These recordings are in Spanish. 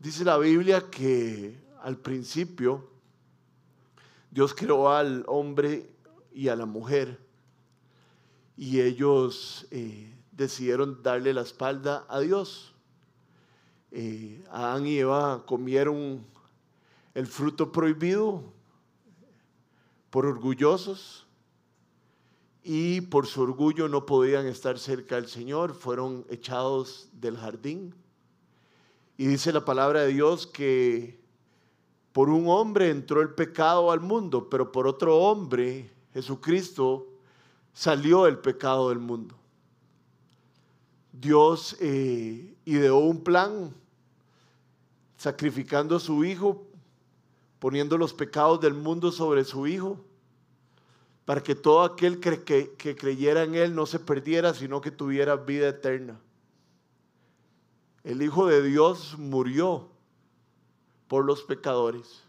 Dice la Biblia que al principio Dios creó al hombre y a la mujer y ellos decidieron darle la espalda a Dios. Adán y Eva comieron el fruto prohibido por orgullosos y por su orgullo no podían estar cerca del Señor, fueron echados del jardín. Y dice la palabra de Dios que por un hombre entró el pecado al mundo, pero por otro hombre, Jesucristo, salió el pecado del mundo. Dios ideó un plan sacrificando a su Hijo, poniendo los pecados del mundo sobre su Hijo, para que todo aquel que creyera en Él no se perdiera, sino que tuviera vida eterna. El Hijo de Dios murió por los pecadores.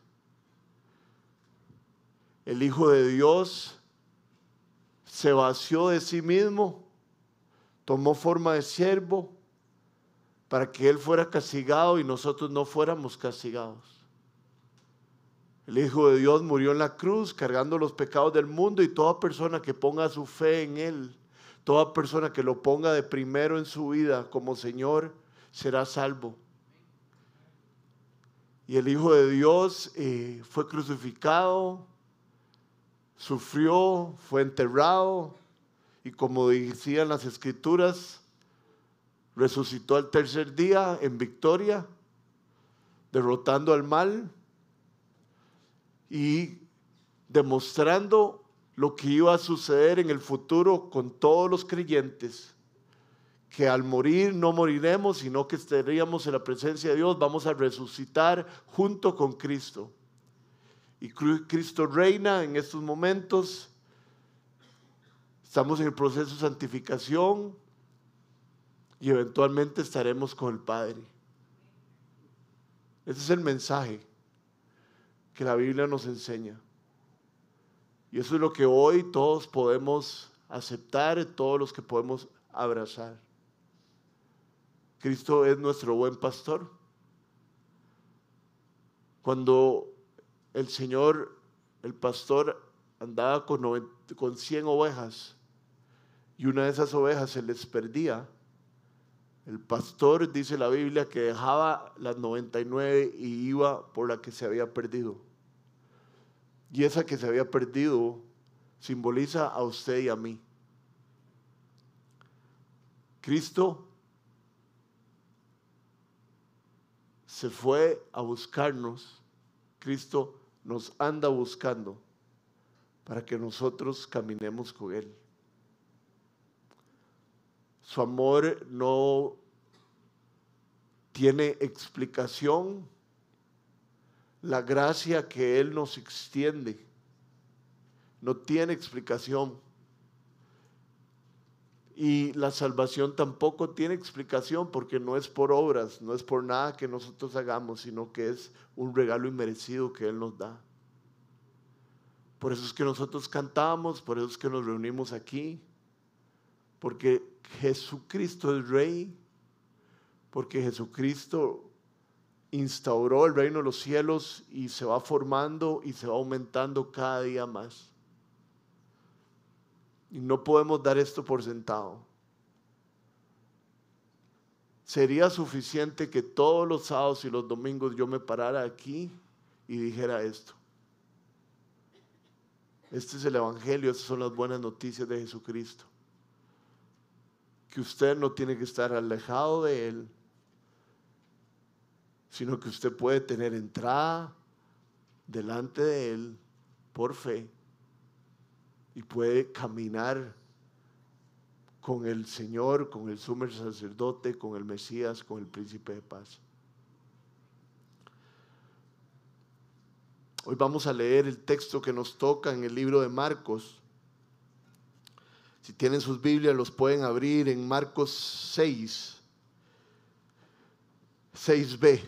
El Hijo de Dios se vació de sí mismo, tomó forma de siervo para que Él fuera castigado y nosotros no fuéramos castigados. El Hijo de Dios murió en la cruz cargando los pecados del mundo y toda persona que ponga su fe en Él, toda persona que lo ponga de primero en su vida como Señor, será salvo. Y el Hijo de Dios fue crucificado, sufrió, fue enterrado y como decían las Escrituras, resucitó al tercer día en victoria, derrotando al mal y demostrando lo que iba a suceder en el futuro con todos los creyentes, que al morir no moriremos, sino que estaríamos en la presencia de Dios, vamos a resucitar junto con Cristo. Y Cristo reina en estos momentos, estamos en el proceso de santificación y eventualmente estaremos con el Padre. Ese es el mensaje que la Biblia nos enseña. Y eso es lo que hoy todos podemos aceptar, todos los que podemos abrazar. Cristo es nuestro buen pastor. Cuando el Señor, el pastor, andaba con 100 ovejas y una de esas ovejas se les perdía, el pastor, dice la Biblia, que dejaba las 99 y iba por la que se había perdido. Y esa que se había perdido simboliza a usted y a mí. Cristo se fue a buscarnos. Cristo nos anda buscando para que nosotros caminemos con Él. Su amor no tiene explicación. La gracia que Él nos extiende no tiene explicación. Y la salvación tampoco tiene explicación porque no es por obras, no es por nada que nosotros hagamos, sino que es un regalo inmerecido que Él nos da. Por eso es que nosotros cantamos, por eso es que nos reunimos aquí, porque Jesucristo es Rey, porque Jesucristo instauró el reino de los cielos y se va formando y se va aumentando cada día más. Y no podemos dar esto por sentado. Sería suficiente que todos los sábados y los domingos yo me parara aquí y dijera esto. Este es el Evangelio, estas son las buenas noticias de Jesucristo. Que usted no tiene que estar alejado de Él, sino que usted puede tener entrada delante de Él por fe y puede caminar con el Señor, con el sumo sacerdote, con el Mesías, con el príncipe de paz. Hoy vamos a leer el texto que nos toca en el libro de Marcos. Si tienen sus Biblias, los pueden abrir en Marcos 6b.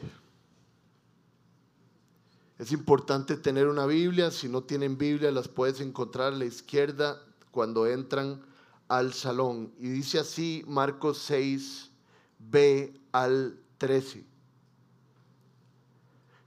Es importante tener una Biblia. Si no tienen Biblia, las puedes encontrar a la izquierda cuando entran al salón. Y dice así Marcos 6b al 13.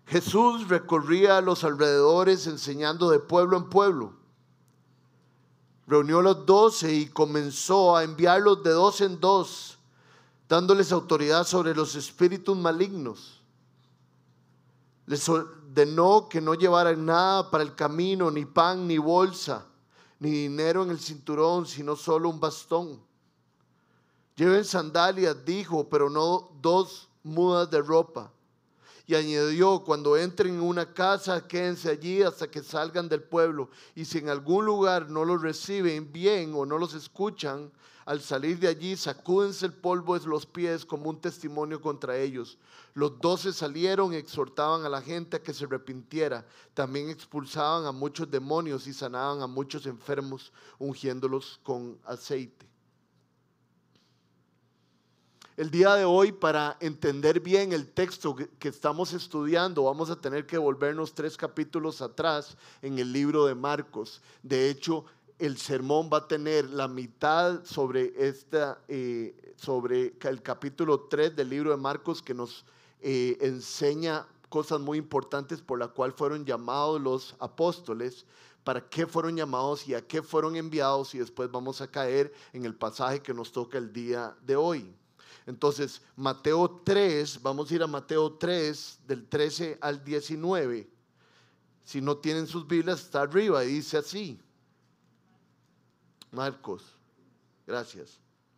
Jesús recorría los alrededores enseñando de pueblo en pueblo. Reunió a los 12 y comenzó a enviarlos de dos en dos, dándoles autoridad sobre los espíritus malignos. Les ordenó que no llevaran nada para el camino, ni pan, ni bolsa, ni dinero en el cinturón, sino solo un bastón. Lleven sandalias, dijo, pero no 2 mudas de ropa. Y añadió: cuando entren en una casa, quédense allí hasta que salgan del pueblo. Y si en algún lugar no los reciben bien o no los escuchan, al salir de allí, sacúdense el polvo de los pies como un testimonio contra ellos. Los 12 salieron y exhortaban a la gente a que se arrepintiera. También expulsaban a muchos demonios y sanaban a muchos enfermos, ungiéndolos con aceite. El día de hoy, para entender bien el texto que estamos estudiando, vamos a tener que volvernos 3 capítulos atrás en el libro de Marcos. De hecho, el sermón va a tener la mitad sobre el capítulo 3 del libro de Marcos, que nos enseña cosas muy importantes por la cual fueron llamados los apóstoles, para qué fueron llamados y a qué fueron enviados, y después vamos a caer en el pasaje que nos toca el día de hoy. Entonces, Mateo 3, vamos a ir a Mateo 3, del 13 al 19. Si no tienen sus Biblias, está arriba y dice así. Marcos, gracias.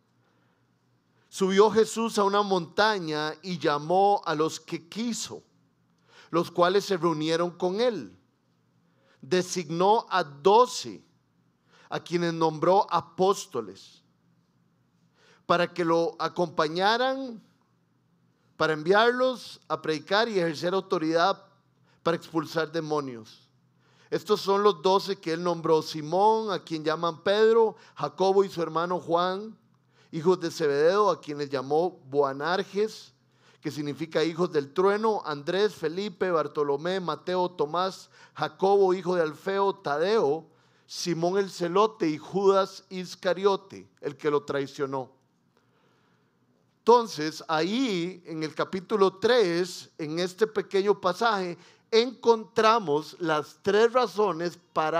Subió Jesús a una montaña y llamó a los que quiso, los cuales se reunieron con él. Designó a 12, a quienes nombró apóstoles, para que lo acompañaran, para enviarlos a predicar y ejercer autoridad para expulsar demonios. Estos son los 12 que él nombró: Simón, a quien llaman Pedro; Jacobo y su hermano Juan, hijos de Zebedeo, a quienes llamó Boanerges, que significa hijos del trueno; Andrés, Felipe, Bartolomé, Mateo, Tomás, Jacobo, hijo de Alfeo, Tadeo, Simón el celote y Judas Iscariote, el que lo traicionó. Entonces, ahí en el capítulo 3, en este pequeño pasaje, encontramos las 3 razones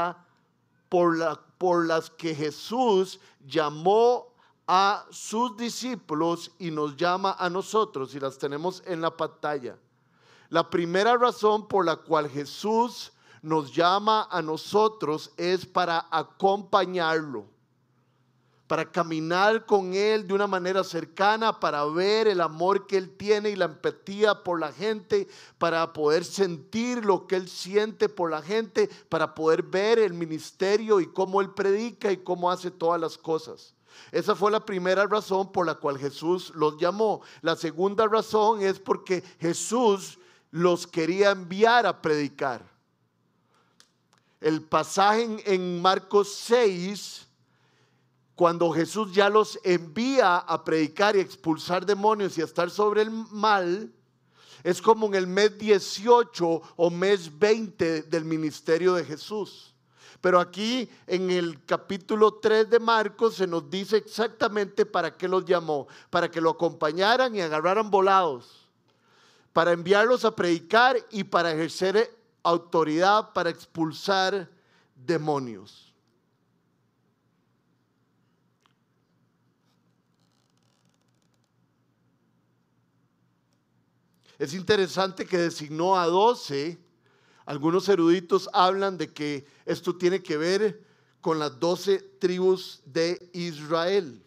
por las que Jesús llamó a sus discípulos y nos llama a nosotros, y las tenemos en la pantalla. La primera razón por la cual Jesús nos llama a nosotros es para acompañarlo, para caminar con él de una manera cercana, para ver el amor que él tiene y la empatía por la gente, para poder sentir lo que él siente por la gente, para poder ver el ministerio y cómo él predica y cómo hace todas las cosas. Esa fue la primera razón por la cual Jesús los llamó. La segunda razón es porque Jesús los quería enviar a predicar. El pasaje en Marcos 6, cuando Jesús ya los envía a predicar y expulsar demonios y a estar sobre el mal, es como en el mes 18 o mes 20 del ministerio de Jesús. Pero aquí en el capítulo 3 de Marcos se nos dice exactamente para qué los llamó: para que lo acompañaran y agarraran volados, para enviarlos a predicar y para ejercer autoridad para expulsar demonios. Es interesante que designó a 12. Algunos eruditos hablan de que esto tiene que ver con las 12 tribus de Israel.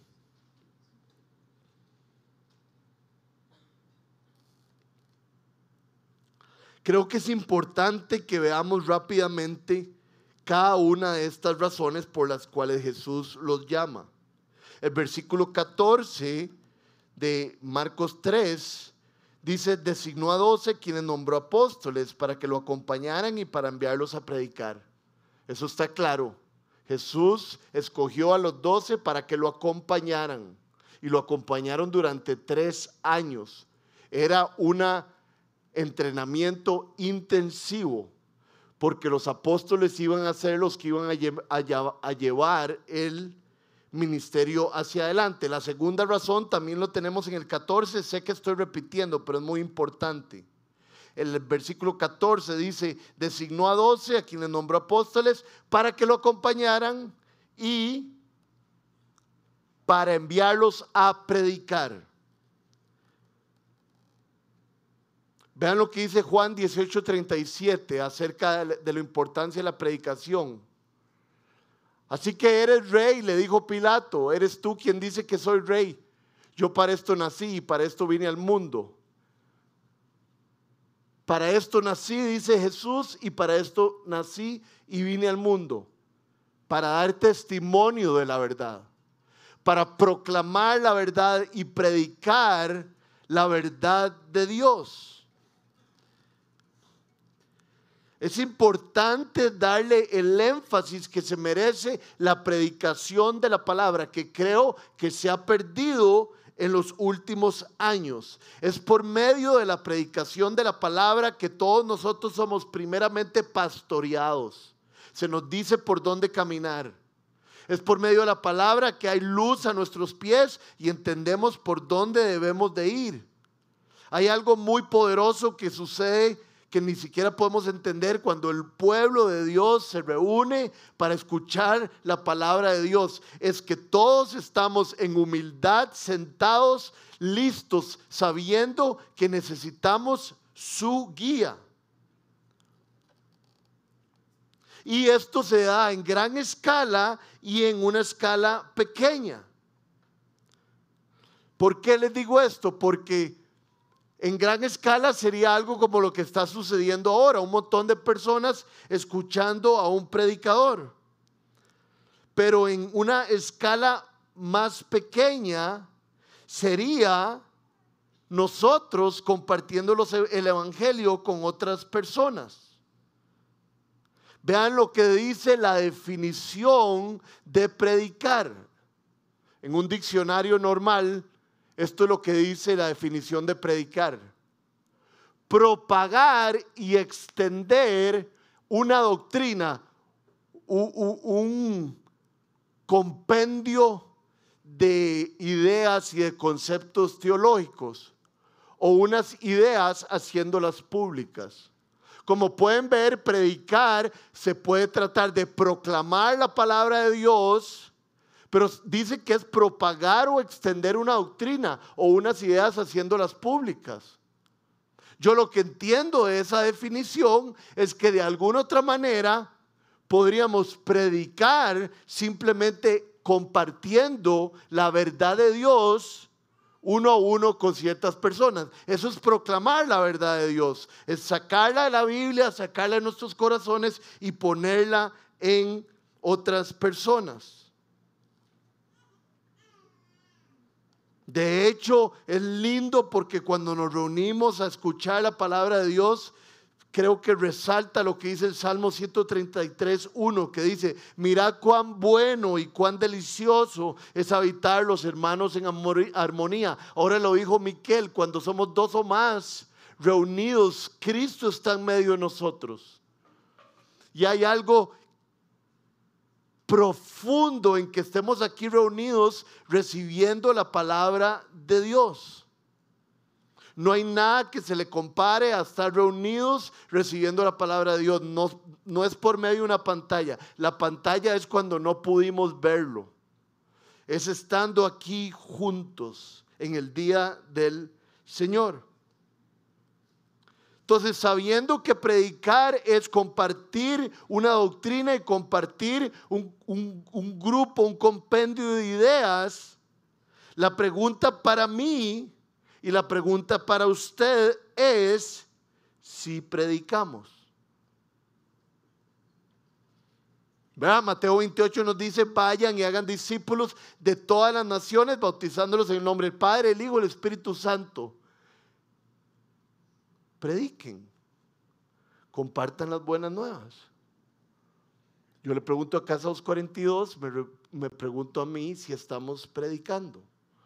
Creo que es importante que veamos rápidamente cada una de estas razones por las cuales Jesús los llama. El versículo 14 de Marcos 3 dice: designó a 12 quienes nombró apóstoles para que lo acompañaran y para enviarlos a predicar. Eso está claro. Jesús escogió a los 12 para que lo acompañaran, y lo acompañaron durante 3 años. Era un entrenamiento intensivo, porque los apóstoles iban a ser los que iban a llevar el ministerio hacia adelante. La segunda razón también lo tenemos en el 14, sé que estoy repitiendo, pero es muy importante. el versículo 14 dice, designó a 12 a quienes nombró apóstoles para que lo acompañaran y para enviarlos a predicar. Vean lo que dice Juan 18:37 acerca de la importancia de la predicación. Así que eres rey, le dijo Pilato, eres tú quien dice que soy rey. Yo para esto nací y para esto vine al mundo. Para esto nací, dice Jesús, y para esto nací y vine al mundo. Para dar testimonio de la verdad. Para proclamar la verdad y predicar la verdad de Dios. Es importante darle el énfasis que se merece la predicación de la palabra, que creo que se ha perdido en los últimos años. Es por medio de la predicación de la palabra que todos nosotros somos primeramente pastoreados. Se nos dice por dónde caminar. Es por medio de la palabra que hay luz a nuestros pies y entendemos por dónde debemos de ir. Hay algo muy poderoso que sucede que ni siquiera podemos entender cuando el pueblo de Dios se reúne para escuchar la palabra de Dios. Es que todos estamos en humildad, sentados, listos, sabiendo que necesitamos su guía. Y esto se da en gran escala y en una escala pequeña. ¿Por qué les digo esto? Porque en gran escala sería algo como lo que está sucediendo ahora, un montón de personas escuchando a un predicador. Pero en una escala más pequeña sería nosotros compartiendo el evangelio con otras personas. Vean lo que dice la definición de predicar. En un diccionario normal, esto es lo que dice la definición de predicar: propagar y extender una doctrina, un compendio de ideas y de conceptos teológicos, o unas ideas haciéndolas públicas. Como pueden ver, predicar se puede tratar de proclamar la palabra de Dios, pero dice que es propagar o extender una doctrina o unas ideas haciéndolas públicas. Yo lo que entiendo de esa definición es que de alguna otra manera podríamos predicar simplemente compartiendo la verdad de Dios uno a uno con ciertas personas. Eso es proclamar la verdad de Dios, es sacarla de la Biblia, sacarla de nuestros corazones y ponerla en otras personas. De hecho, es lindo porque cuando nos reunimos a escuchar la palabra de Dios, creo que resalta lo que dice el Salmo 133:1, que dice: mirad cuán bueno y cuán delicioso es habitar los hermanos en armonía. Ahora lo dijo Miquel: cuando somos dos o más reunidos, Cristo está en medio de nosotros. Y hay algo profundo en que estemos aquí reunidos recibiendo la palabra de Dios. No hay nada que se le compare a estar reunidos recibiendo la palabra de Dios. No es por medio de una pantalla. La pantalla es cuando no pudimos verlo. Es estando aquí juntos en el día del Señor. Entonces, sabiendo que predicar es compartir una doctrina y compartir un grupo, un compendio de ideas, la pregunta para mí y la pregunta para usted es si predicamos. ¿Verdad? Mateo 28 nos dice: vayan y hagan discípulos de todas las naciones, bautizándolos en el nombre del Padre, el Hijo y el Espíritu Santo. Prediquen, compartan las buenas nuevas. Yo le pregunto a Casa 242, me pregunto a mí si estamos predicando.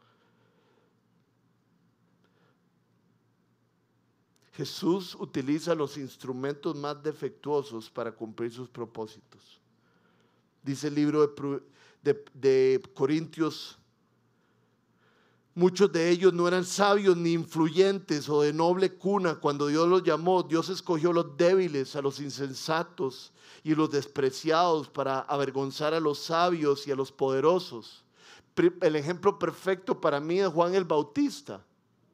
Jesús utiliza los instrumentos más defectuosos para cumplir sus propósitos. Dice el libro de Corintios Muchos de ellos no eran sabios ni influyentes o de noble cuna. Cuando Dios los llamó, Dios escogió a los débiles, a los insensatos y los despreciados para avergonzar a los sabios y a los poderosos. El ejemplo perfecto para mí es Juan el Bautista.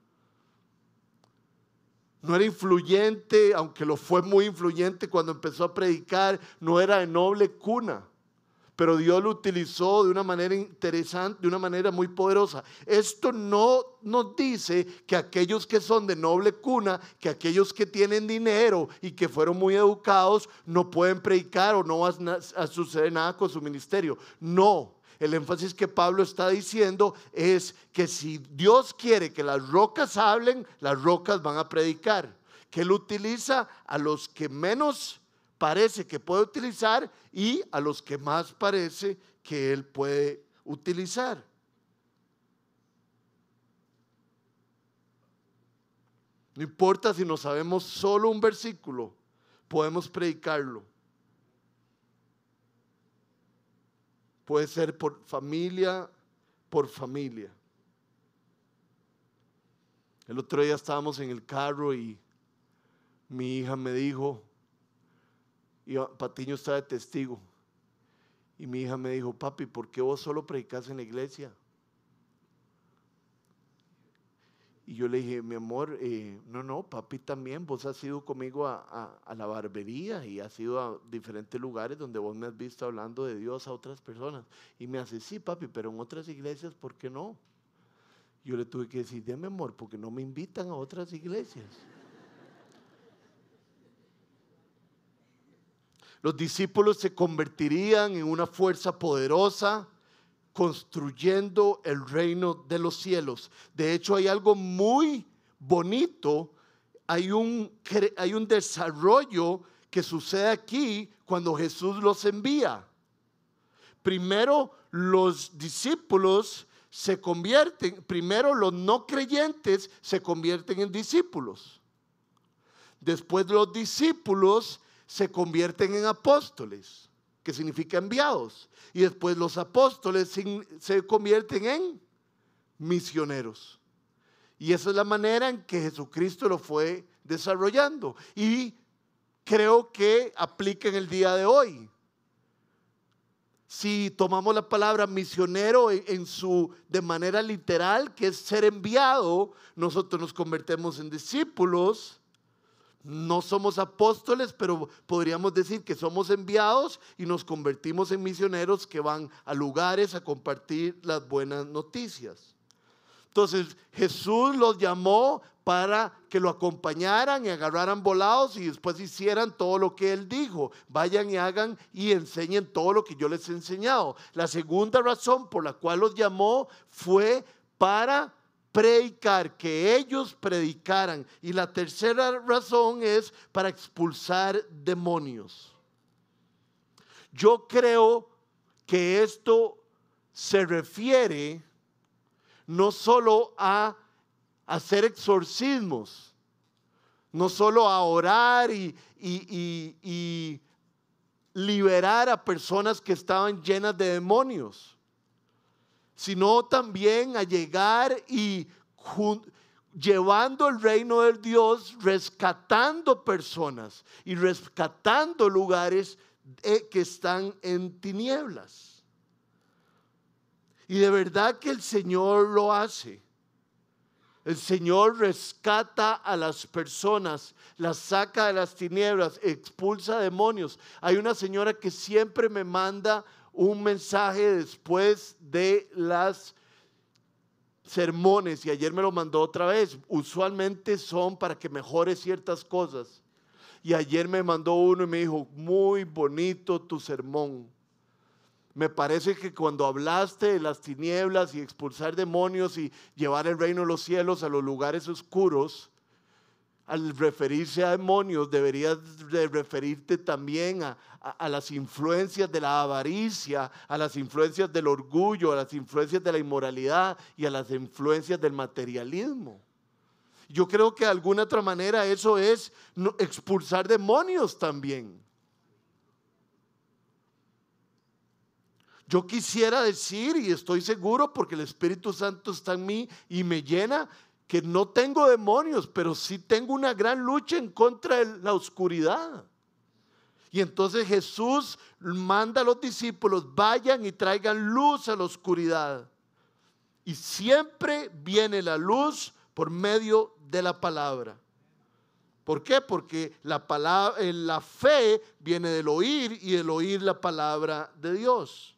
No era influyente, aunque lo fue muy influyente cuando empezó a predicar. No era de noble cuna, pero Dios lo utilizó de una manera interesante, de una manera muy poderosa. Esto no nos dice que aquellos que son de noble cuna, que aquellos que tienen dinero y que fueron muy educados, no pueden predicar o no va a suceder nada con su ministerio. No. El énfasis que Pablo está diciendo es que si Dios quiere que las rocas hablen, las rocas van a predicar. Que Él utiliza a los que menos parece que puede utilizar y a los que más parece que Él puede utilizar. No importa si no sabemos solo un versículo, podemos predicarlo. Puede ser por familia. El otro día estábamos en el carro y mi hija me dijo, y Patiño está de testigo, y mi hija me dijo: papi, ¿por qué vos solo predicas en la iglesia? Y yo le dije: mi amor, no, papi también, vos has ido conmigo a la barbería y has ido a diferentes lugares donde vos me has visto hablando de Dios a otras personas. Y me hace: sí, papi, pero en otras iglesias, ¿por qué no? Yo le tuve que decir: mi amor, porque no me invitan a otras iglesias. Los discípulos se convertirían en una fuerza poderosa, construyendo el reino de los cielos. De hecho, hay algo muy bonito, hay un desarrollo que sucede aquí cuando Jesús los envía. Primero, los discípulos se convierten, primero los no creyentes se convierten en discípulos. Después los discípulos se convierten en apóstoles, que significa enviados. Y después los apóstoles se convierten en misioneros. Y esa es la manera en que Jesucristo lo fue desarrollando. Y creo que aplica en el día de hoy. Si tomamos la palabra misionero de manera literal, que es ser enviado, nosotros nos convertimos en discípulos. No somos apóstoles, pero podríamos decir que somos enviados y nos convertimos en misioneros que van a lugares a compartir las buenas noticias. Entonces Jesús los llamó para que lo acompañaran y agarraran volados y después hicieran todo lo que Él dijo. Vayan y hagan y enseñen todo lo que yo les he enseñado. La segunda razón por la cual los llamó fue para predicar, que ellos predicaran. Y la tercera razón es para expulsar demonios. Yo creo que esto se refiere no solo a hacer exorcismos, no solo a orar y liberar a personas que estaban llenas de demonios, sino también a llegar y llevando el reino de Dios, rescatando personas y rescatando lugares que están en tinieblas. Y de verdad que el Señor lo hace. El Señor rescata a las personas, las saca de las tinieblas, expulsa demonios. Hay una señora que siempre me manda un mensaje después de las sermones y ayer me lo mandó otra vez. Usualmente son para que mejore ciertas cosas. Y ayer me mandó uno y me dijo: muy bonito tu sermón. Me parece que cuando hablaste de las tinieblas y expulsar demonios y llevar el reino de los cielos a los lugares oscuros, al referirse a demonios deberías de referirte también a las influencias de la avaricia, a las influencias del orgullo, a las influencias de la inmoralidad y a las influencias del materialismo. Yo creo que de alguna otra manera eso es expulsar demonios también. Yo quisiera decir, y estoy seguro porque el Espíritu Santo está en mí y me llena, que no tengo demonios, pero sí tengo una gran lucha en contra de la oscuridad. Y entonces Jesús manda a los discípulos, vayan y traigan luz a la oscuridad. Y siempre viene la luz por medio de la palabra. ¿Por qué? Porque la fe viene del oír y el oír la palabra de Dios.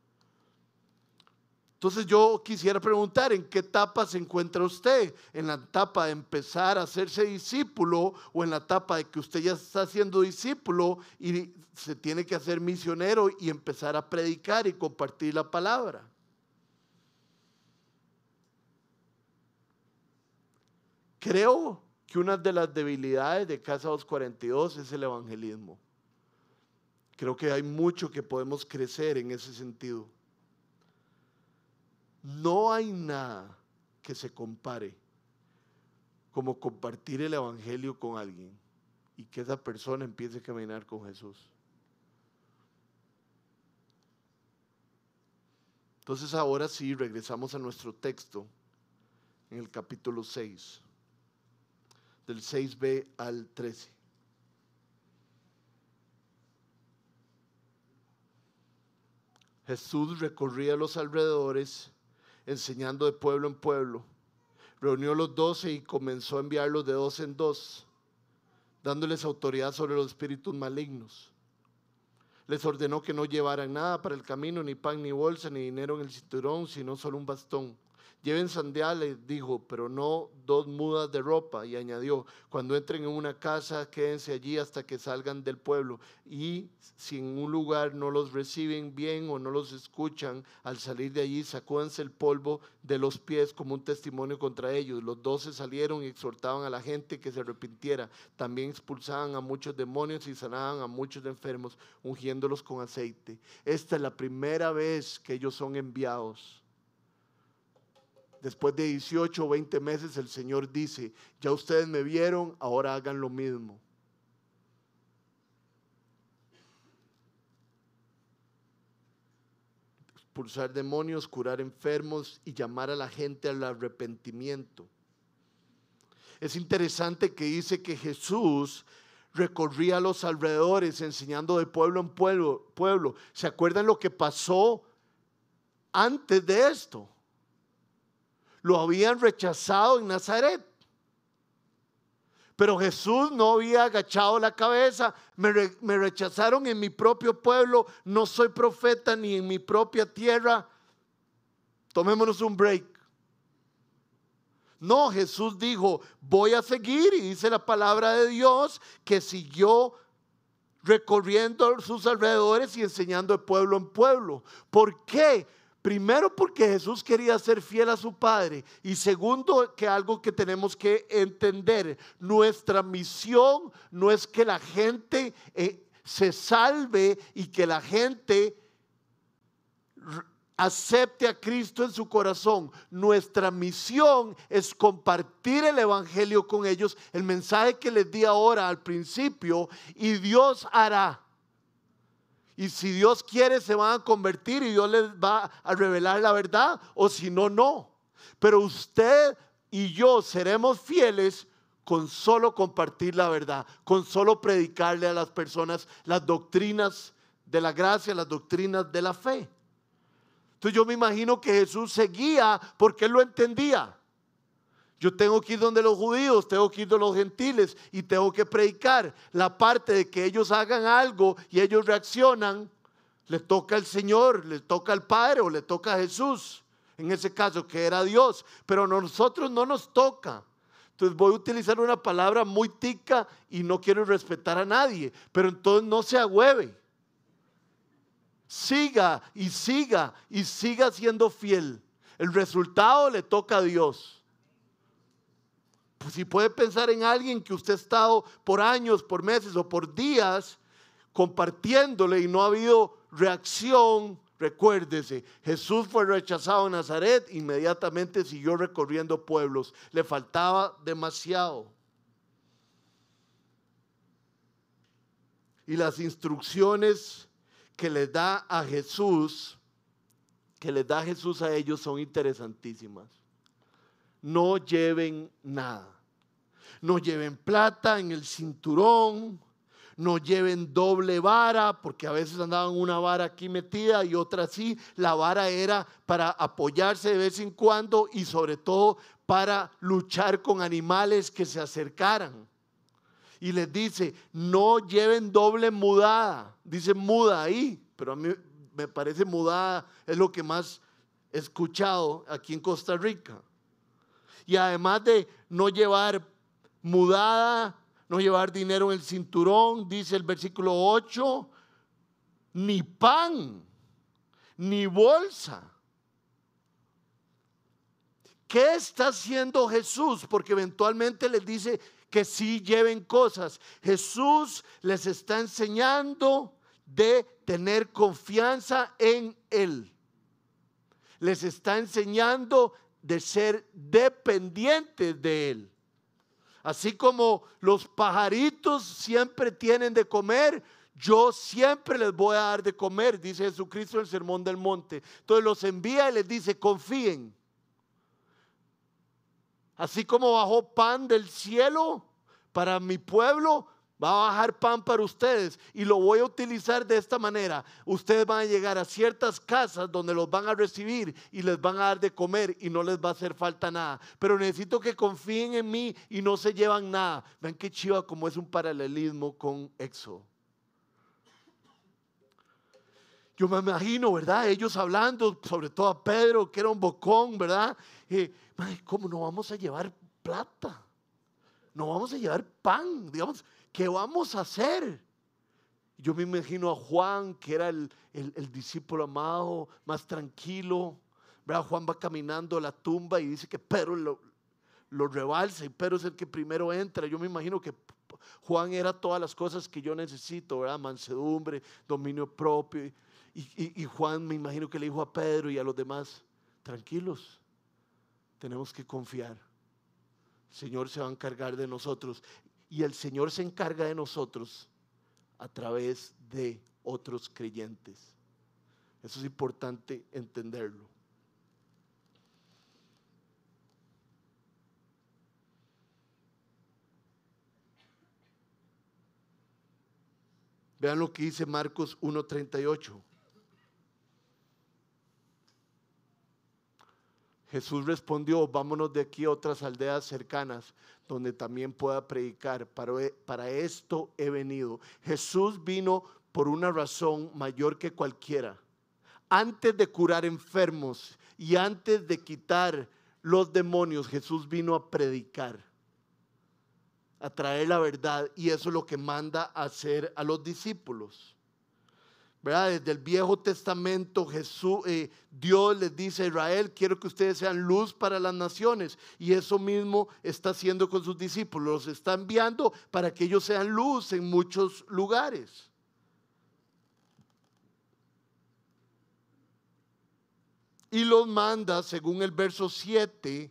Entonces yo quisiera preguntar, ¿en qué etapa se encuentra usted? ¿En la etapa de empezar a hacerse discípulo o en la etapa de que usted ya está siendo discípulo y se tiene que hacer misionero y empezar a predicar y compartir la palabra? Creo que una de las debilidades de Casa 242 es el evangelismo. Creo que hay mucho que podemos crecer en ese sentido. No hay nada que se compare como compartir el evangelio con alguien y que esa persona empiece a caminar con Jesús. Entonces ahora sí, regresamos a nuestro texto en el capítulo 6, del 6b al 13. Jesús recorría los alrededores, enseñando de pueblo en pueblo. Reunió los 12 y comenzó a enviarlos de 2 en 2, dándoles autoridad sobre los espíritus malignos. Les ordenó que no llevaran nada para el camino, ni pan, ni bolsa, ni dinero en el cinturón, sino solo un bastón. Lleven sandalias, dijo, pero no 2 mudas de ropa. Y añadió, cuando entren en una casa, quédense allí hasta que salgan del pueblo. Y si en un lugar no los reciben bien o no los escuchan, al salir de allí, sacúdanse el polvo de los pies como un testimonio contra ellos. Los 12 salieron y exhortaban a la gente que se arrepintiera. También expulsaban a muchos demonios y sanaban a muchos enfermos, ungiéndolos con aceite. Esta es la primera vez que ellos son enviados. Después de 18 o 20 meses el Señor dice, ya ustedes me vieron, ahora hagan lo mismo. Expulsar demonios, curar enfermos y llamar a la gente al arrepentimiento. Es interesante que dice que Jesús recorría los alrededores enseñando de pueblo en pueblo. ¿Se acuerdan lo que pasó antes de esto? Lo habían rechazado en Nazaret. Pero Jesús no había agachado la cabeza. Me rechazaron en mi propio pueblo. No soy profeta ni en mi propia tierra. Tomémonos un break. No, Jesús dijo, voy a seguir. Y dice la palabra de Dios que siguió recorriendo sus alrededores y enseñando de pueblo en pueblo. ¿Por qué? Primero porque Jesús quería ser fiel a su Padre y segundo que algo que tenemos que entender, nuestra misión no es que la gente se salve y que la gente acepte a Cristo en su corazón. Nuestra misión es compartir el evangelio con ellos, el mensaje que les di ahora al principio, y Dios hará. Y si Dios quiere se van a convertir y Dios les va a revelar la verdad, o si no, no. Pero usted y yo seremos fieles con solo compartir la verdad, con solo predicarle a las personas las doctrinas de la gracia, las doctrinas de la fe. Entonces yo me imagino que Jesús seguía porque él lo entendía. Yo tengo que ir donde los judíos, tengo que ir donde los gentiles y tengo que predicar. La parte de que ellos hagan algo y ellos reaccionan, le toca al Señor, le toca al Padre o le toca a Jesús. En ese caso que era Dios, pero a nosotros no nos toca. Entonces voy a utilizar una palabra muy tica y no quiero respetar a nadie, pero entonces no se agüeve. Siga y siga y siga siendo fiel. El resultado le toca a Dios. Pues si puede pensar en alguien que usted ha estado por años, por meses o por días compartiéndole y no ha habido reacción, recuérdese, Jesús fue rechazado en Nazaret, inmediatamente siguió recorriendo pueblos, le faltaba demasiado. Y las instrucciones que le da a Jesús que les da Jesús a ellos son interesantísimas. No lleven nada. No lleven plata en el cinturón. No lleven doble vara, porque a veces andaban una vara aquí metida y otra así. La vara era para apoyarse de vez en cuando y sobre todo para luchar con animales que se acercaran. Y les dice, no lleven doble mudada. Dice muda ahí, pero a mí me parece mudada es lo que más he escuchado aquí en Costa Rica. Y además de no llevar mudada, no llevar dinero en el cinturón, dice el versículo 8, ni pan, ni bolsa. ¿Qué está haciendo Jesús? Porque eventualmente les dice que sí lleven cosas. Jesús les está enseñando de tener confianza en Él. Les está enseñando de ser dependientes de Él. Así como los pajaritos siempre tienen de comer, yo siempre les voy a dar de comer, dice Jesucristo en el Sermón del Monte. Entonces los envía y les dice, confíen. Así como bajó pan del cielo para mi pueblo, va a bajar pan para ustedes y lo voy a utilizar de esta manera. Ustedes van a llegar a ciertas casas donde los van a recibir y les van a dar de comer y no les va a hacer falta nada. Pero necesito que confíen en mí y no se llevan nada. Vean qué chiva como es un paralelismo con Éxodo. Yo me imagino, ¿verdad? Ellos hablando, sobre todo a Pedro, que era un bocón, ¿verdad? ¿Cómo no vamos a llevar plata? No vamos a llevar pan, digamos. ¿Qué vamos a hacer? Yo me imagino a Juan, que era el discípulo amado, más tranquilo, ¿verdad? Juan va caminando a la tumba y dice que Pedro lo rebalsa y Pedro es el que primero entra. Yo me imagino que Juan era todas las cosas que yo necesito, ¿verdad? Mansedumbre, dominio propio. Y Juan me imagino que le dijo a Pedro y a los demás, tranquilos, tenemos que confiar. El Señor se va a encargar de nosotros. Y el Señor se encarga de nosotros a través de otros creyentes. Eso es importante entenderlo. Vean lo que dice Marcos 1:38. Jesús respondió, vámonos de aquí a otras aldeas cercanas donde también pueda predicar. Para esto he venido. Jesús vino por una razón mayor que cualquiera. Antes de curar enfermos y antes de quitar los demonios, Jesús vino a predicar, a traer la verdad, y eso es lo que manda a hacer a los discípulos. ¿Verdad? Desde el Viejo Testamento Dios les dice a Israel, quiero que ustedes sean luz para las naciones, y eso mismo está haciendo con sus discípulos, los está enviando para que ellos sean luz en muchos lugares. Y los manda, según el verso 7,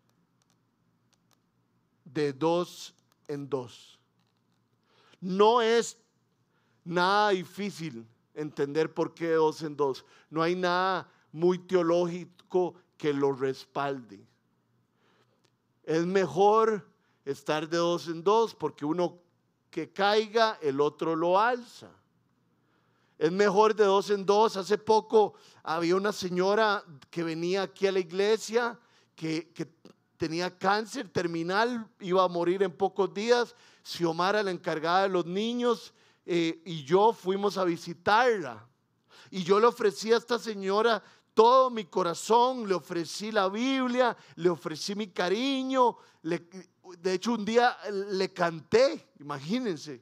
de 2 en 2. No es nada difícil entender por qué 2 en 2. No hay nada muy teológico que lo respalde. Es mejor estar de 2 en 2 porque uno que caiga, el otro lo alza. Es mejor de 2 en 2. Hace poco había una señora que venía aquí a la iglesia que tenía cáncer terminal, iba a morir en pocos días. Xiomara, la encargada de los niños, y yo fuimos a visitarla. Y yo le ofrecí a esta señora todo mi corazón, le ofrecí la Biblia, le ofrecí mi cariño. De hecho, un día le canté, imagínense.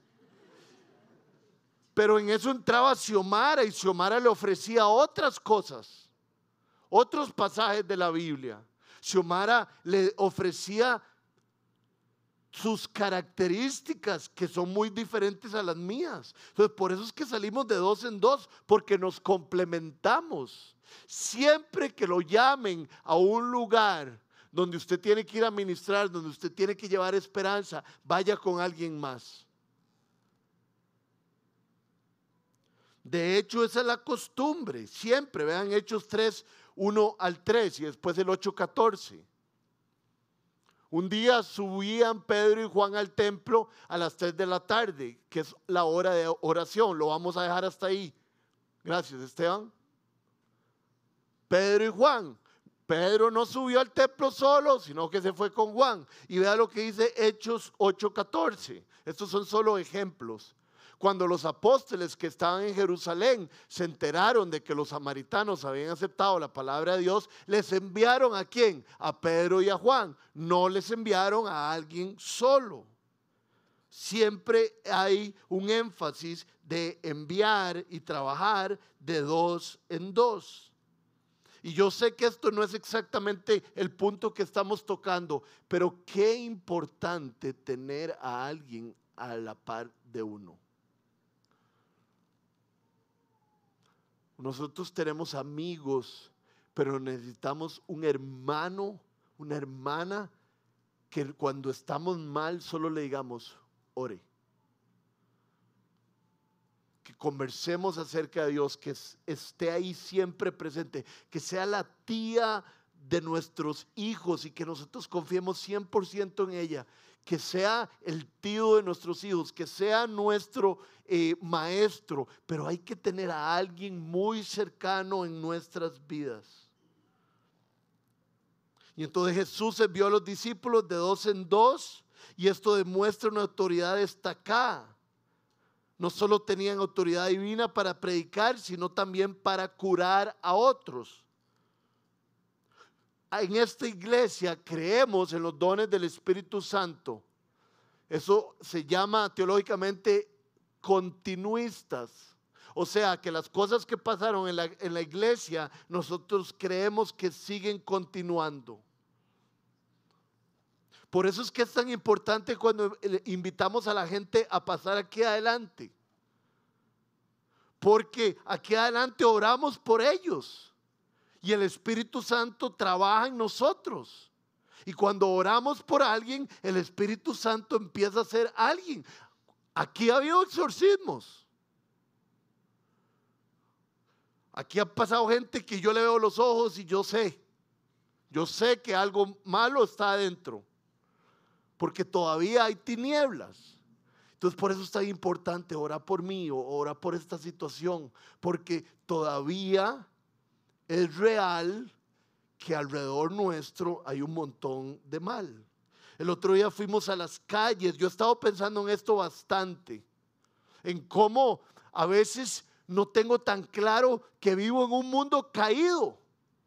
Pero en eso entraba Xiomara y Xiomara le ofrecía otras cosas, otros pasajes de la Biblia. Xiomara le ofrecía sus características que son muy diferentes a las mías. Entonces por eso es que salimos de 2 en 2, porque nos complementamos. Siempre que lo llamen a un lugar donde usted tiene que ir a ministrar, donde usted tiene que llevar esperanza, vaya con alguien más. De hecho, esa es la costumbre. Siempre, vean Hechos 3, 1 al 3 y después el 8:14. Un día subían Pedro y Juan al templo a las 3 de la tarde, que es la hora de oración. Lo vamos a dejar hasta ahí. Gracias, Esteban. Pedro y Juan. Pedro no subió al templo solo, sino que se fue con Juan. Y vea lo que dice Hechos 8:14. Estos son solo ejemplos. Cuando los apóstoles que estaban en Jerusalén se enteraron de que los samaritanos habían aceptado la palabra de Dios, les enviaron ¿a quién? A Pedro y a Juan. No les enviaron a alguien solo. Siempre hay un énfasis de enviar y trabajar de dos en dos. Y yo sé que esto no es exactamente el punto que estamos tocando, pero qué importante tener a alguien a la par de uno. Nosotros tenemos amigos, pero necesitamos un hermano, una hermana, que cuando estamos mal solo le digamos, ore. Que conversemos acerca de Dios, que esté ahí siempre presente, que sea la tía de nuestros hijos y que nosotros confiemos 100% en ella, que sea el tío de nuestros hijos, que sea nuestro maestro, pero hay que tener a alguien muy cercano en nuestras vidas. Y entonces Jesús envió a los discípulos de dos en dos y esto demuestra una autoridad destacada. No solo tenían autoridad divina para predicar, sino también para curar a otros. En esta iglesia creemos en los dones del Espíritu Santo. Eso se llama teológicamente continuistas. O sea, que las cosas que pasaron en la iglesia, nosotros creemos que siguen continuando. Por eso es que es tan importante cuando invitamos a la gente a pasar aquí adelante. Porque aquí adelante oramos por ellos. Y el Espíritu Santo trabaja en nosotros. Y cuando oramos por alguien, el Espíritu Santo empieza a ser alguien. Aquí ha habido exorcismos. Aquí ha pasado gente que yo le veo los ojos y yo sé que algo malo está adentro. Porque todavía hay tinieblas. Entonces por eso es tan importante orar por mí o orar por esta situación. Porque todavía es real que alrededor nuestro hay un montón de mal. El otro día fuimos a las calles. Yo he estado pensando en esto bastante. En cómo a veces no tengo tan claro que vivo en un mundo caído.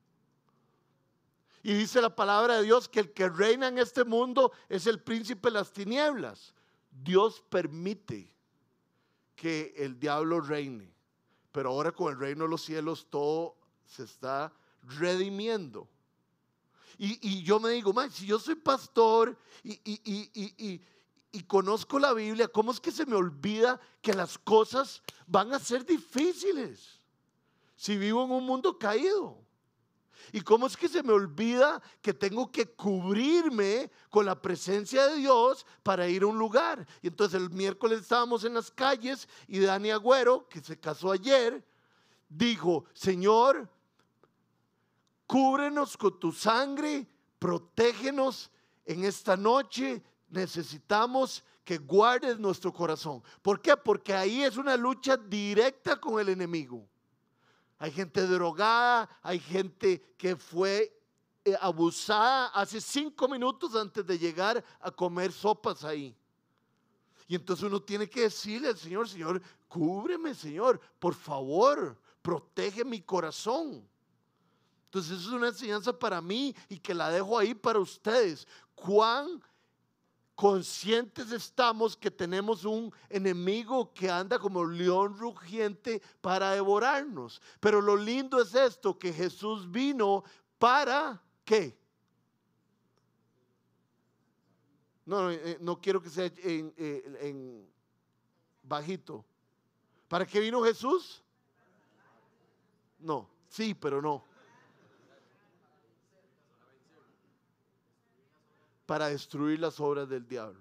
Y dice la palabra de Dios que el que reina en este mundo es el príncipe de las tinieblas. Dios permite que el diablo reine. Pero ahora con el reino de los cielos todo se está redimiendo. Y yo me digo, si yo soy pastor y conozco la Biblia, ¿cómo es que se me olvida que las cosas van a ser difíciles si vivo en un mundo caído? ¿Y cómo es que se me olvida que tengo que cubrirme con la presencia de Dios para ir a un lugar? Y entonces el miércoles estábamos en las calles y Dani Agüero, que se casó ayer, dijo, Señor, cúbrenos con tu sangre, protégenos en esta noche, necesitamos que guardes nuestro corazón. ¿Por qué? Porque ahí es una lucha directa con el enemigo. Hay gente drogada, hay gente que fue abusada hace 5 minutos antes de llegar a comer sopas ahí. Y entonces uno tiene que decirle al Señor, Señor, cúbreme, Señor, por favor, protege mi corazón. Entonces eso es una enseñanza para mí y que la dejo ahí para ustedes. ¿Cuán conscientes estamos que tenemos un enemigo que anda como león rugiente para devorarnos? Pero lo lindo es esto, que Jesús vino para ¿qué? No quiero que sea en bajito. ¿Para qué vino Jesús? No, sí, pero no. Para destruir las obras del diablo.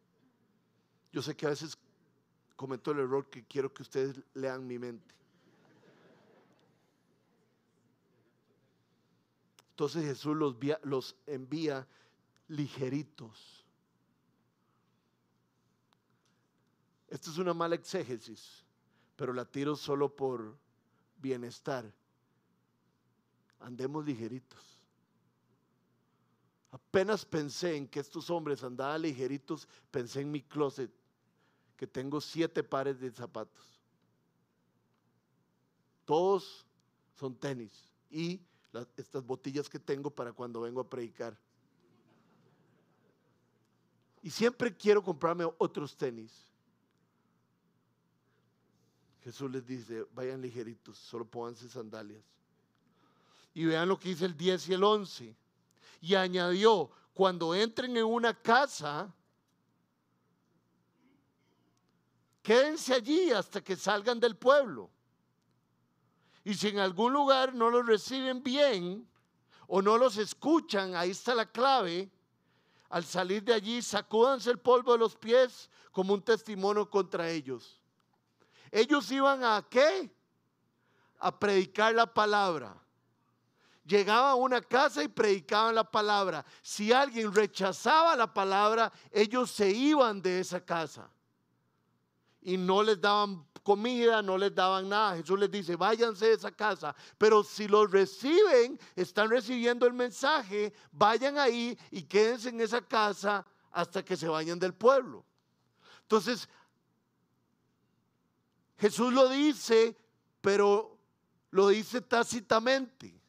Yo sé que a veces cometo el error que quiero que ustedes lean mi mente. Entonces Jesús los envía ligeritos. Esto es una mala exégesis, pero la tiro solo por bienestar. Andemos ligeritos. Apenas pensé en que estos hombres andaban ligeritos, pensé en mi closet, que tengo 7 pares de zapatos. Todos son tenis y estas botillas que tengo para cuando vengo a predicar. Y siempre quiero comprarme otros tenis. Jesús les dice, vayan ligeritos, solo pónganse sandalias. Y vean lo que dice el 10 y el 11. Y añadió, cuando entren en una casa, quédense allí hasta que salgan del pueblo. Y si en algún lugar no los reciben bien o no los escuchan, ahí está la clave. Al salir de allí, sacúdanse el polvo de los pies como un testimonio contra ellos. Ellos iban a ¿qué? A predicar la palabra. Llegaban a una casa y predicaban la palabra. Si alguien rechazaba la palabra, ellos se iban de esa casa. Y no les daban comida, no les daban nada. Jesús les dice, váyanse de esa casa. Pero si los reciben, están recibiendo el mensaje, vayan ahí y quédense en esa casa hasta que se vayan del pueblo. Entonces, Jesús lo dice, pero lo dice tácitamente.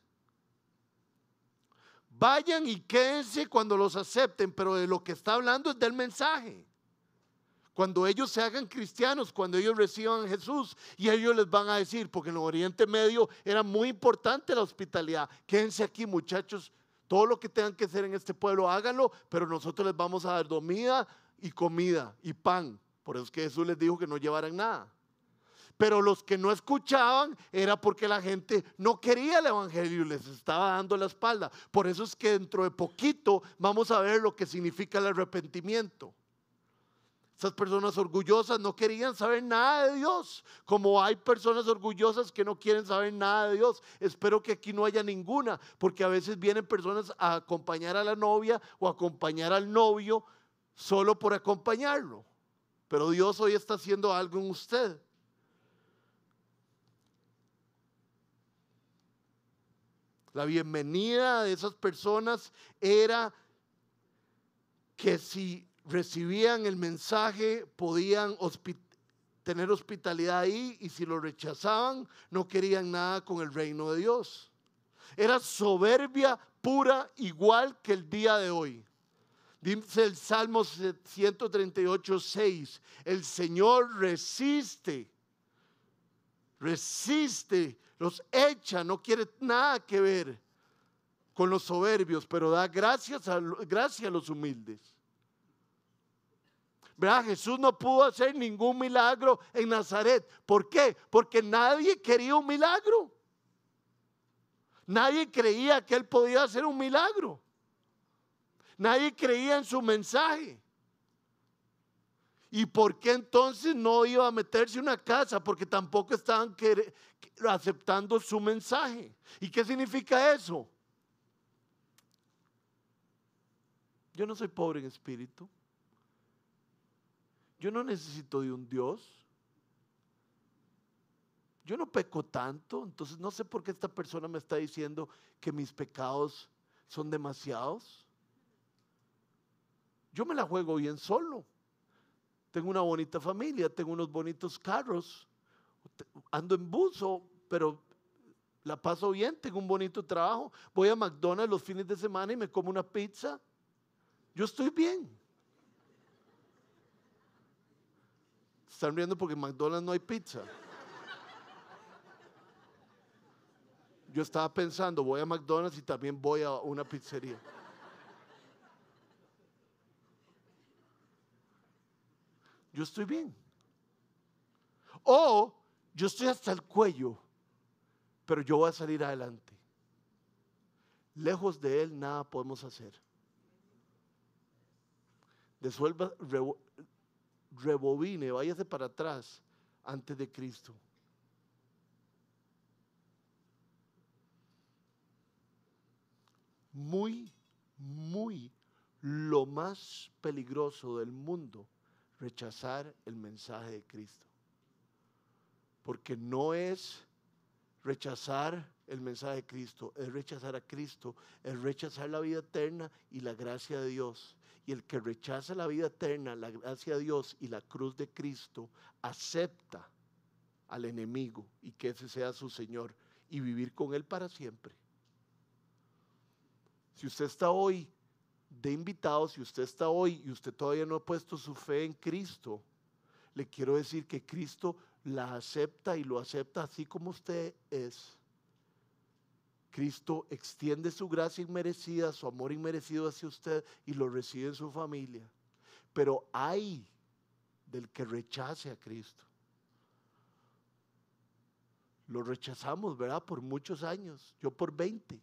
Vayan y quédense cuando los acepten, pero de lo que está hablando es del mensaje. Cuando ellos se hagan cristianos, cuando ellos reciban a Jesús, y ellos les van a decir, porque en el Oriente Medio era muy importante la hospitalidad. Quédense aquí, muchachos, todo lo que tengan que hacer en este pueblo, háganlo, pero nosotros les vamos a dar dormida y comida y pan. Por eso es que Jesús les dijo que no llevaran nada. Pero los que no escuchaban era porque la gente no quería el evangelio y les estaba dando la espalda. Por eso es que dentro de poquito vamos a ver lo que significa el arrepentimiento. Esas personas orgullosas no querían saber nada de Dios, como hay personas orgullosas que no quieren saber nada de Dios. Espero que aquí no haya ninguna, porque a veces vienen personas a acompañar a la novia o a acompañar al novio solo por acompañarlo. Pero Dios hoy está haciendo algo en usted. La bienvenida de esas personas era que si recibían el mensaje podían tener hospitalidad ahí, y si lo rechazaban no querían nada con el reino de Dios. Era soberbia pura, igual que el día de hoy. Dice el Salmo 138:6, el Señor resiste, los echa, no quiere nada que ver con los soberbios, pero da gracia a los humildes. ¿Verdad? Jesús no pudo hacer ningún milagro en Nazaret. ¿Por qué? Porque nadie quería un milagro. Nadie creía que él podía hacer un milagro. Nadie creía en su mensaje. ¿Y por qué entonces no iba a meterse en una casa? Porque tampoco estaban aceptando su mensaje. ¿Y qué significa eso? Yo no soy pobre en espíritu. Yo no necesito de un Dios. Yo no peco tanto, entonces no sé por qué esta persona me está diciendo que mis pecados son demasiados. Yo me la juego bien solo. Tengo una bonita familia, tengo unos bonitos carros, ando en buzo, pero la paso bien, tengo un bonito trabajo. Voy a McDonald's los fines de semana y me como una pizza. Yo estoy bien. Están riendo porque en McDonald's no hay pizza. Yo estaba pensando, voy a McDonald's y también voy a una pizzería. Yo estoy bien. O yo estoy hasta el cuello, pero yo voy a salir adelante. Lejos de Él nada podemos hacer. Rebobine, váyase para atrás antes de Cristo. muy, muy lo más peligroso del mundo, rechazar el mensaje de Cristo. Porque no es rechazar el mensaje de Cristo, es rechazar a Cristo, es rechazar la vida eterna y la gracia de Dios. Y el que rechaza la vida eterna, la gracia de Dios y la cruz de Cristo, acepta al enemigo y que ese sea su Señor y vivir con él para siempre. Si usted está hoy de invitado, si usted está hoy y usted todavía no ha puesto su fe en Cristo, le quiero decir que Cristo la acepta y lo acepta así como usted es. Cristo extiende su gracia inmerecida, su amor inmerecido hacia usted y lo recibe en su familia. Pero hay del que rechace a Cristo. Lo rechazamos, ¿verdad? Por muchos años. Yo por 20.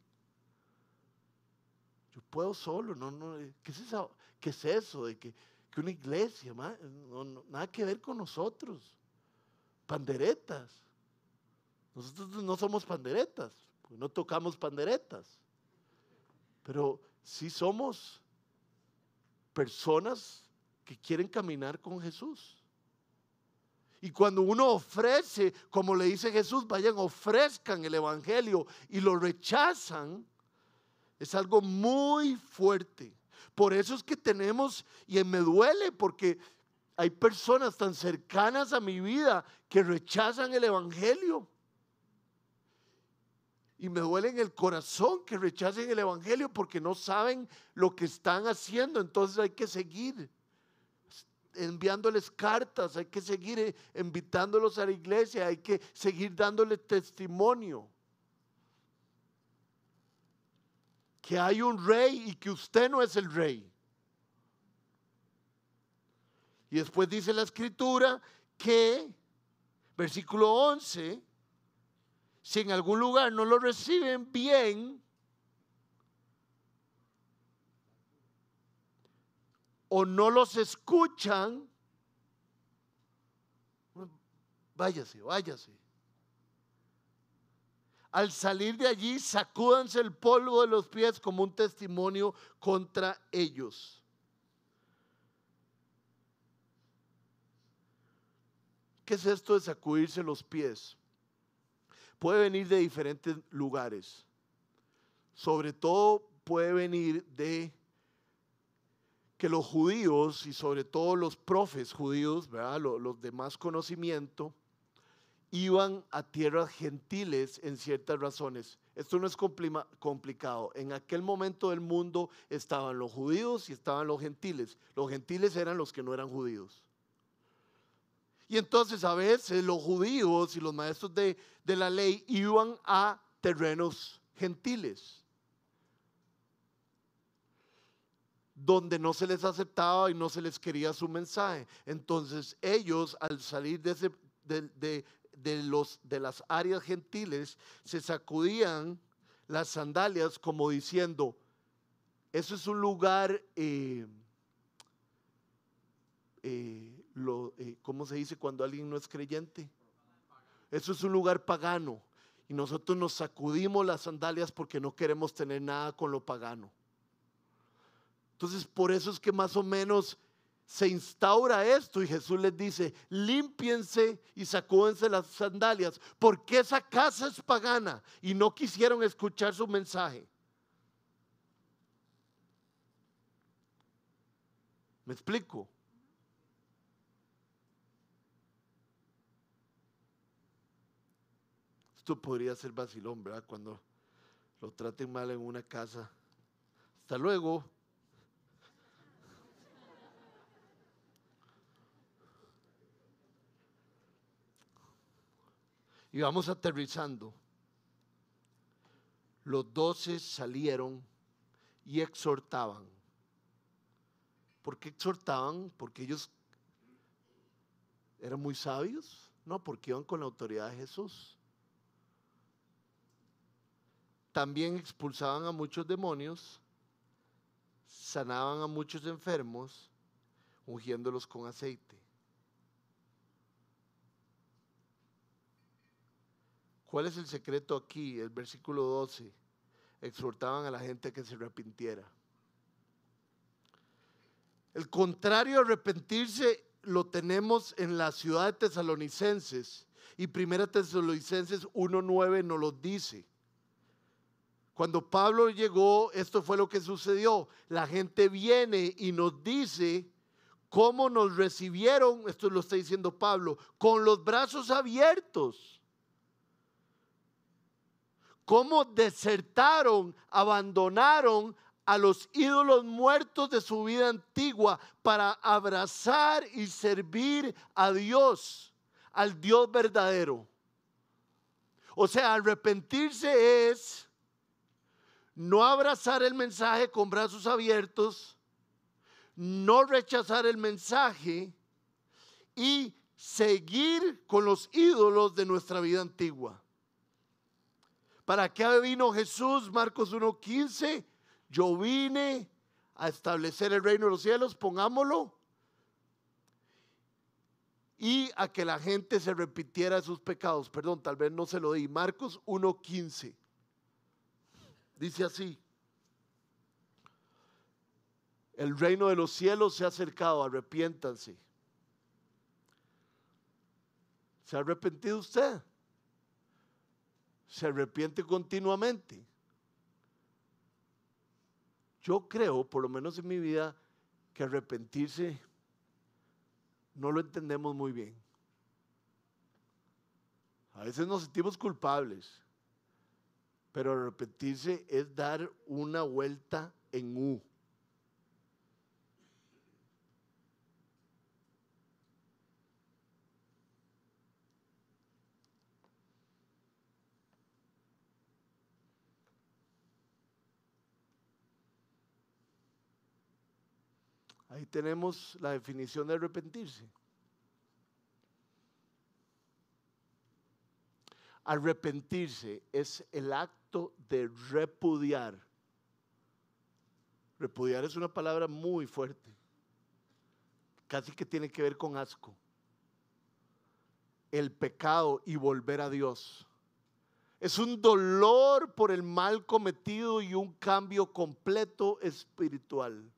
Yo puedo solo, ¿qué es eso? ¿Qué es eso de que una iglesia, nada que ver con nosotros? Panderetas. Nosotros no somos panderetas, porque no tocamos panderetas. Pero sí somos personas que quieren caminar con Jesús. Y cuando uno ofrece, como le dice Jesús, vayan, ofrezcan el evangelio y lo rechazan, es algo muy fuerte. Por eso es que tenemos, y me duele porque hay personas tan cercanas a mi vida que rechazan el evangelio. Y me duele en el corazón que rechacen el evangelio porque no saben lo que están haciendo. Entonces hay que seguir enviándoles cartas, hay que seguir invitándolos a la iglesia, hay que seguir dándoles testimonio que hay un rey y que usted no es el rey. Y después dice la escritura que, versículo 11, si en algún lugar no lo reciben bien, o no los escuchan, váyase. Al salir de allí, sacúdanse el polvo de los pies como un testimonio contra ellos. ¿Qué es esto de sacudirse los pies? Puede venir de diferentes lugares. Sobre todo puede venir de que los judíos y sobre todo los profes judíos, ¿verdad? Los de más conocimiento, iban a tierras gentiles en ciertas razones. Esto no es complicado. En aquel momento del mundo estaban los judíos y estaban los gentiles. Los gentiles eran los que no eran judíos. Y entonces a veces los judíos y los maestros de la ley iban a terrenos gentiles, donde no se les aceptaba y no se les quería su mensaje. Entonces ellos, al salir de las áreas gentiles, se sacudían las sandalias como diciendo, eso es un lugar, ¿cómo se dice cuando alguien no es creyente? Eso es un lugar pagano. Y nosotros nos sacudimos las sandalias porque no queremos tener nada con lo pagano. Entonces, por eso es que más o menos se instaura esto y Jesús les dice, límpiense y sacúdense las sandalias, porque esa casa es pagana y no quisieron escuchar su mensaje. ¿Me explico? Esto podría ser vacilón, ¿verdad? Cuando lo traten mal en una casa. Hasta luego. Y vamos aterrizando. Los 12 salieron y exhortaban. ¿Por qué exhortaban? ¿Porque ellos eran muy sabios? No, porque iban con la autoridad de Jesús. También expulsaban a muchos demonios, sanaban a muchos enfermos, ungiéndolos con aceite. ¿Cuál es el secreto aquí? El versículo 12. exhortaban a la gente a que se arrepintiera. El contrario a arrepentirse lo tenemos en la ciudad de Tesalonicenses, y 1 Tesalonicenses 1:9 nos lo dice. Cuando Pablo llegó, esto fue lo que sucedió. La gente viene y nos dice cómo nos recibieron, esto lo está diciendo Pablo, con los brazos abiertos. Cómo desertaron, abandonaron a los ídolos muertos de su vida antigua para abrazar y servir a Dios, al Dios verdadero. O sea, arrepentirse es no abrazar el mensaje con brazos abiertos, no rechazar el mensaje y seguir con los ídolos de nuestra vida antigua. ¿Para qué vino Jesús? Marcos 1:15. Yo vine a establecer el reino de los cielos, pongámoslo, y a que la gente se arrepintiera de sus pecados. Perdón, tal vez no se lo di. Marcos 1:15. Dice así: el reino de los cielos se ha acercado, arrepiéntanse. ¿Se ha arrepentido usted? ¿Se arrepiente continuamente? Yo creo, por lo menos en mi vida, que arrepentirse no lo entendemos muy bien. A veces nos sentimos culpables, pero arrepentirse es dar una vuelta en U. Ahí tenemos la definición de arrepentirse. Arrepentirse es el acto de repudiar. Repudiar es una palabra muy fuerte, casi que tiene que ver con asco. El pecado y volver a Dios. Es un dolor por el mal cometido y un cambio completo espiritual.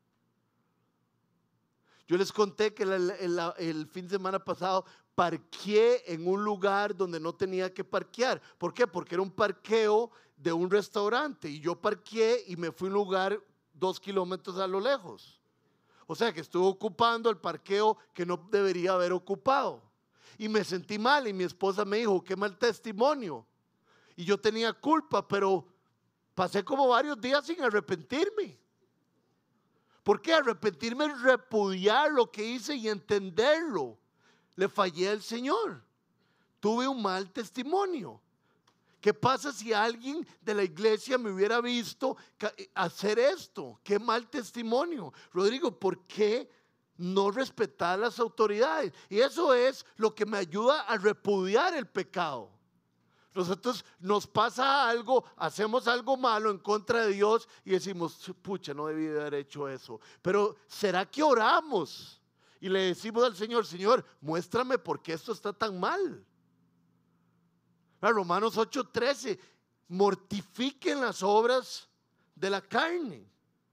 Yo les conté que el fin de semana pasado parqué en un lugar donde no tenía que parquear. ¿Por qué? Porque era un parqueo de un restaurante y yo parqué y me fui a un lugar 2 kilómetros a lo lejos. O sea que estuve ocupando el parqueo que no debería haber ocupado. Y me sentí mal y mi esposa me dijo, qué mal testimonio. Y yo tenía culpa, pero pasé como varios días sin arrepentirme. ¿Por qué? Arrepentirme es repudiar lo que hice y entenderlo. Le fallé al Señor. Tuve un mal testimonio. ¿Qué pasa si alguien de la iglesia me hubiera visto hacer esto? Qué mal testimonio. Rodrigo, ¿por qué no respetar las autoridades? Y eso es lo que me ayuda a repudiar el pecado. Nosotros nos pasa algo, hacemos algo malo en contra de Dios y decimos, pucha, no debí de haber hecho eso. Pero ¿será que oramos? Y le decimos al Señor, Señor, muéstrame por qué esto está tan mal. Romanos 8:13, mortifiquen las obras de la carne.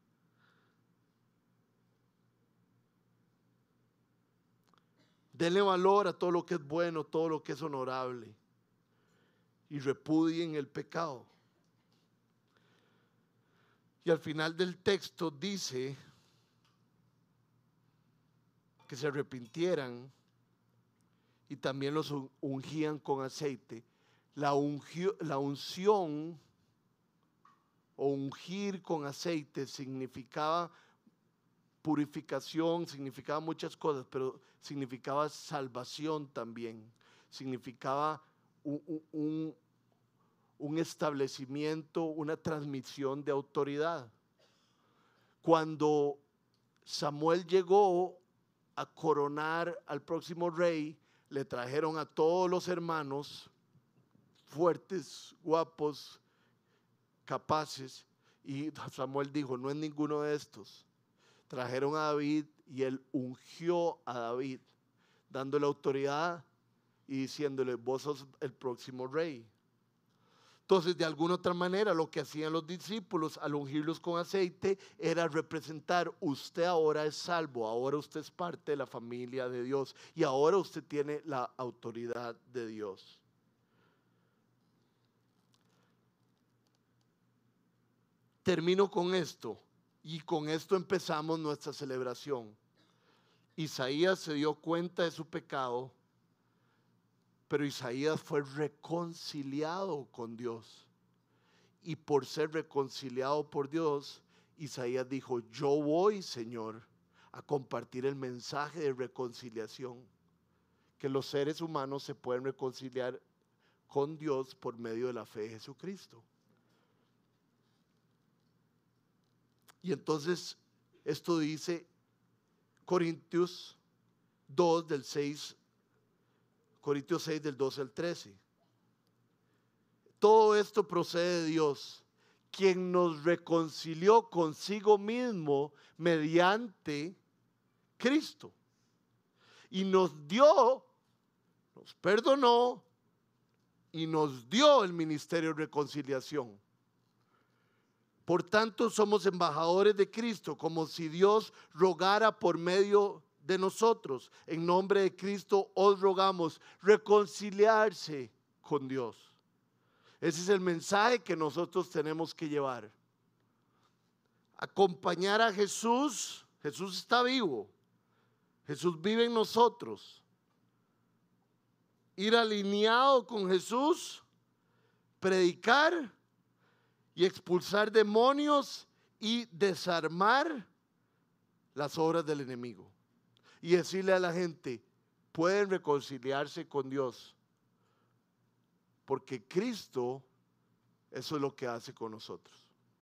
Denle valor a todo lo que es bueno, todo lo que es honorable. Y repudien el pecado. Y al final del texto dice que se arrepintieran y también los ungían con aceite. La unción o ungir con aceite significaba purificación, significaba muchas cosas, pero significaba salvación también, significaba un establecimiento, una transmisión de autoridad. Cuando Samuel llegó a coronar al próximo rey, le trajeron a todos los hermanos fuertes, guapos, capaces, y Samuel dijo, no es ninguno de estos. Trajeron a David y él ungió a David, dándole autoridad y diciéndole, vos sos el próximo rey. Entonces, de alguna otra manera, lo que hacían los discípulos al ungirlos con aceite era representar: usted ahora es salvo, ahora usted es parte de la familia de Dios y ahora usted tiene la autoridad de Dios. Termino con esto y con esto empezamos nuestra celebración. Isaías se dio cuenta de su pecado, pero Isaías fue reconciliado con Dios. Y por ser reconciliado por Dios, Isaías dijo: yo voy, Señor, a compartir el mensaje de reconciliación, que los seres humanos se pueden reconciliar con Dios por medio de la fe de Jesucristo. Y entonces esto dice Corintios 2 del 6, Corintios 6 del 12 al 13. Todo esto procede de Dios, quien nos reconcilió consigo mismo mediante Cristo y nos perdonó y nos dio el ministerio de reconciliación. Por tanto, somos embajadores de Cristo, como si Dios rogara por medio de nosotros. En nombre de Cristo os rogamos reconciliarse con Dios. Ese es el mensaje que nosotros tenemos que llevar. Acompañar a Jesús. Jesús está vivo. Jesús vive en nosotros. Ir alineado con Jesús, predicar y expulsar demonios y desarmar las obras del enemigo. Y decirle a la gente: pueden reconciliarse con Dios, porque Cristo, eso es lo que hace con nosotros.